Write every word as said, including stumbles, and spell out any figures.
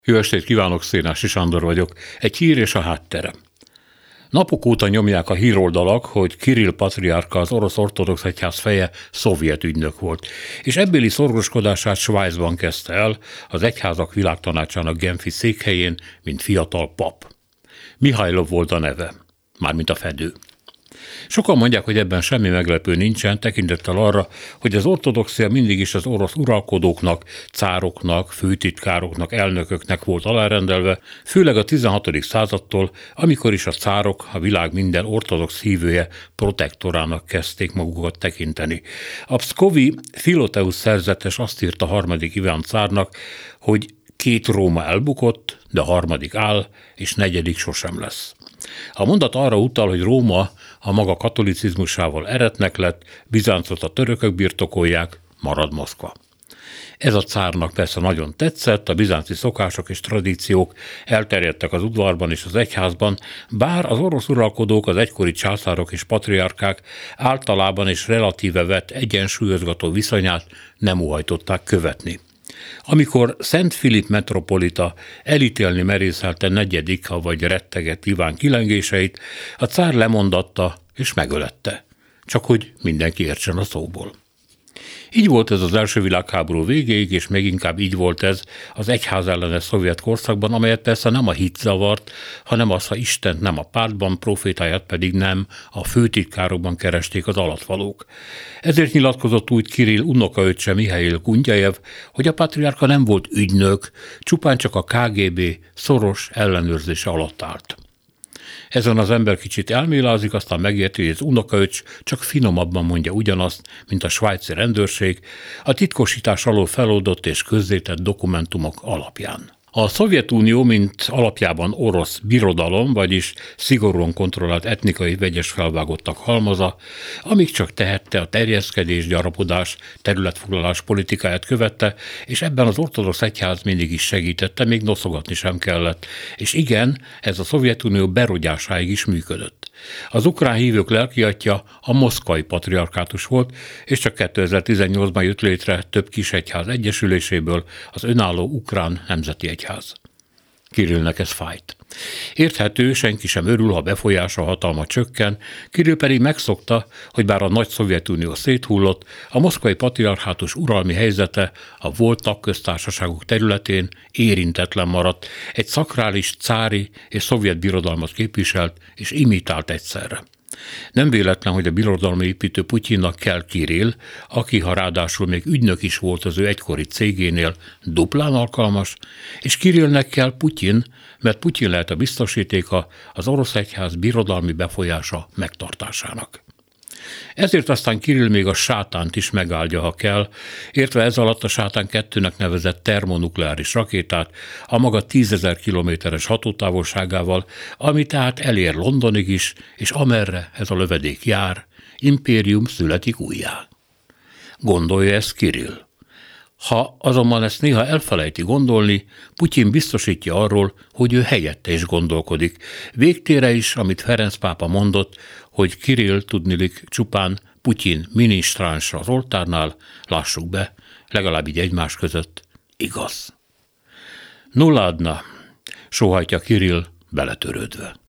Jó estét kívánok, Szénási Sándor vagyok. Egy hír és a háttere. Napok óta nyomják a híroldalak, hogy Kirill patriárka, az orosz ortodox egyház feje, szovjet ügynök volt, és ebbéli szorgoskodását Svájcban kezdte el, az Egyházak Világtanácsának genfi székhelyén, mint fiatal pap. Mihajlov volt a neve, mármint a fedő. Sokan mondják, hogy ebben semmi meglepő nincsen, tekintettel arra, hogy az ortodoxia mindig is az orosz uralkodóknak, cároknak, főtitkároknak, elnököknek volt alárendelve, főleg a tizenhatodik századtól, amikor is a cárok, a világ minden ortodox hívője protektorának kezdték magukat tekinteni. A pszkovi Philotheus szerzetes azt írta harmadik Iván cárnak, hogy két Róma elbukott, de a harmadik áll, és negyedik sosem lesz. A mondat arra utal, hogy Róma a maga katolicizmusával eretnek lett, Bizáncot a törökök birtokolják, marad Moszkva. Ez a cárnak persze nagyon tetszett, a bizánci szokások és tradíciók elterjedtek az udvarban és az egyházban, bár az orosz uralkodók, az egykori császárok és patriárkák általában és relatíve vett egyensúlyozgató viszonyát nem óhajtották követni. Amikor Szent Filip metropolita elítélni merészelte negyedik, vagy rettegett Iván kilengéseit, a cár lemondatta és megölette, csak hogy mindenki értsen a szóból. Így volt ez az első világháború végéig, és még inkább így volt ez az egyház ellenes szovjet korszakban, amelyet persze nem a hit zavart, hanem az, ha Istent nem a pártban, profétáját pedig nem a főtitkárokban keresték az alattvalók. Ezért nyilatkozott úgy Kirill unokaöccse Mihail Gundjajev, hogy a patriárka nem volt ügynök, csupán csak a ká gé bé szoros ellenőrzése alatt állt. Ezen az ember kicsit elmélázik, aztán megérti, hogy az unokaöcs csak finomabban mondja ugyanazt, mint a svájci rendőrség, a titkosítás alól feloldott és közzétett dokumentumok alapján. A Szovjetunió, mint alapjában orosz birodalom, vagyis szigorúan kontrollált etnikai vegyes felvágottak halmaza, amíg csak tehette, a terjeszkedés, gyarapodás, területfoglalás politikáját követte, és ebben az ortodox egyház mindig is segítette, még noszogatni sem kellett. És igen, ez a Szovjetunió berogyásáig is működött. Az ukrán hívők lelki atya a moszkvai patriarkátus volt, és csak kétezer-tizennyolcban jött létre több kis egyház egyesüléséből az önálló ukrán nemzeti egyház. Kirillnek ez fájt. Érthető, senki sem örül, ha befolyása, hatalma csökken, Kirill pedig megszokta, hogy bár a nagy Szovjetunió széthullott, a moszkvai patriarchátus uralmi helyzete a volt tagköztársaságok területén érintetlen maradt, egy szakrális, cári és szovjet birodalmat képviselt és imitált egyszerre. Nem véletlen, hogy a birodalmi építő Putyinnak kell Kirill, aki, ha ráadásul még ügynök is volt az ő egykori cégénél, duplán alkalmas, és Kirillnek kell Putyin, mert Putyin lehet a biztosítéka az orosz egyház birodalmi befolyása megtartásának. Ezért aztán Kirill még a sátánt is megáldja, ha kell, értve ez alatt a sátán kettőnek nevezett termonukleáris rakétát a maga tízezer kilométeres hatótávolságával, ami tehát elér Londonig is, és amerre ez a lövedék jár, impérium születik újjá. Gondolja ezt Kirill. Ha azonban ezt néha elfelejti gondolni, Putyin biztosítja arról, hogy ő helyette is gondolkodik. Végtére is, amit Ferenc pápa mondott, hogy Kirill tudnilik csupán Putyin minisztránsa az oltárnál, lássuk be, legalább így egymás között, igaz. Nulládna, sóhajtja Kirill beletörődve.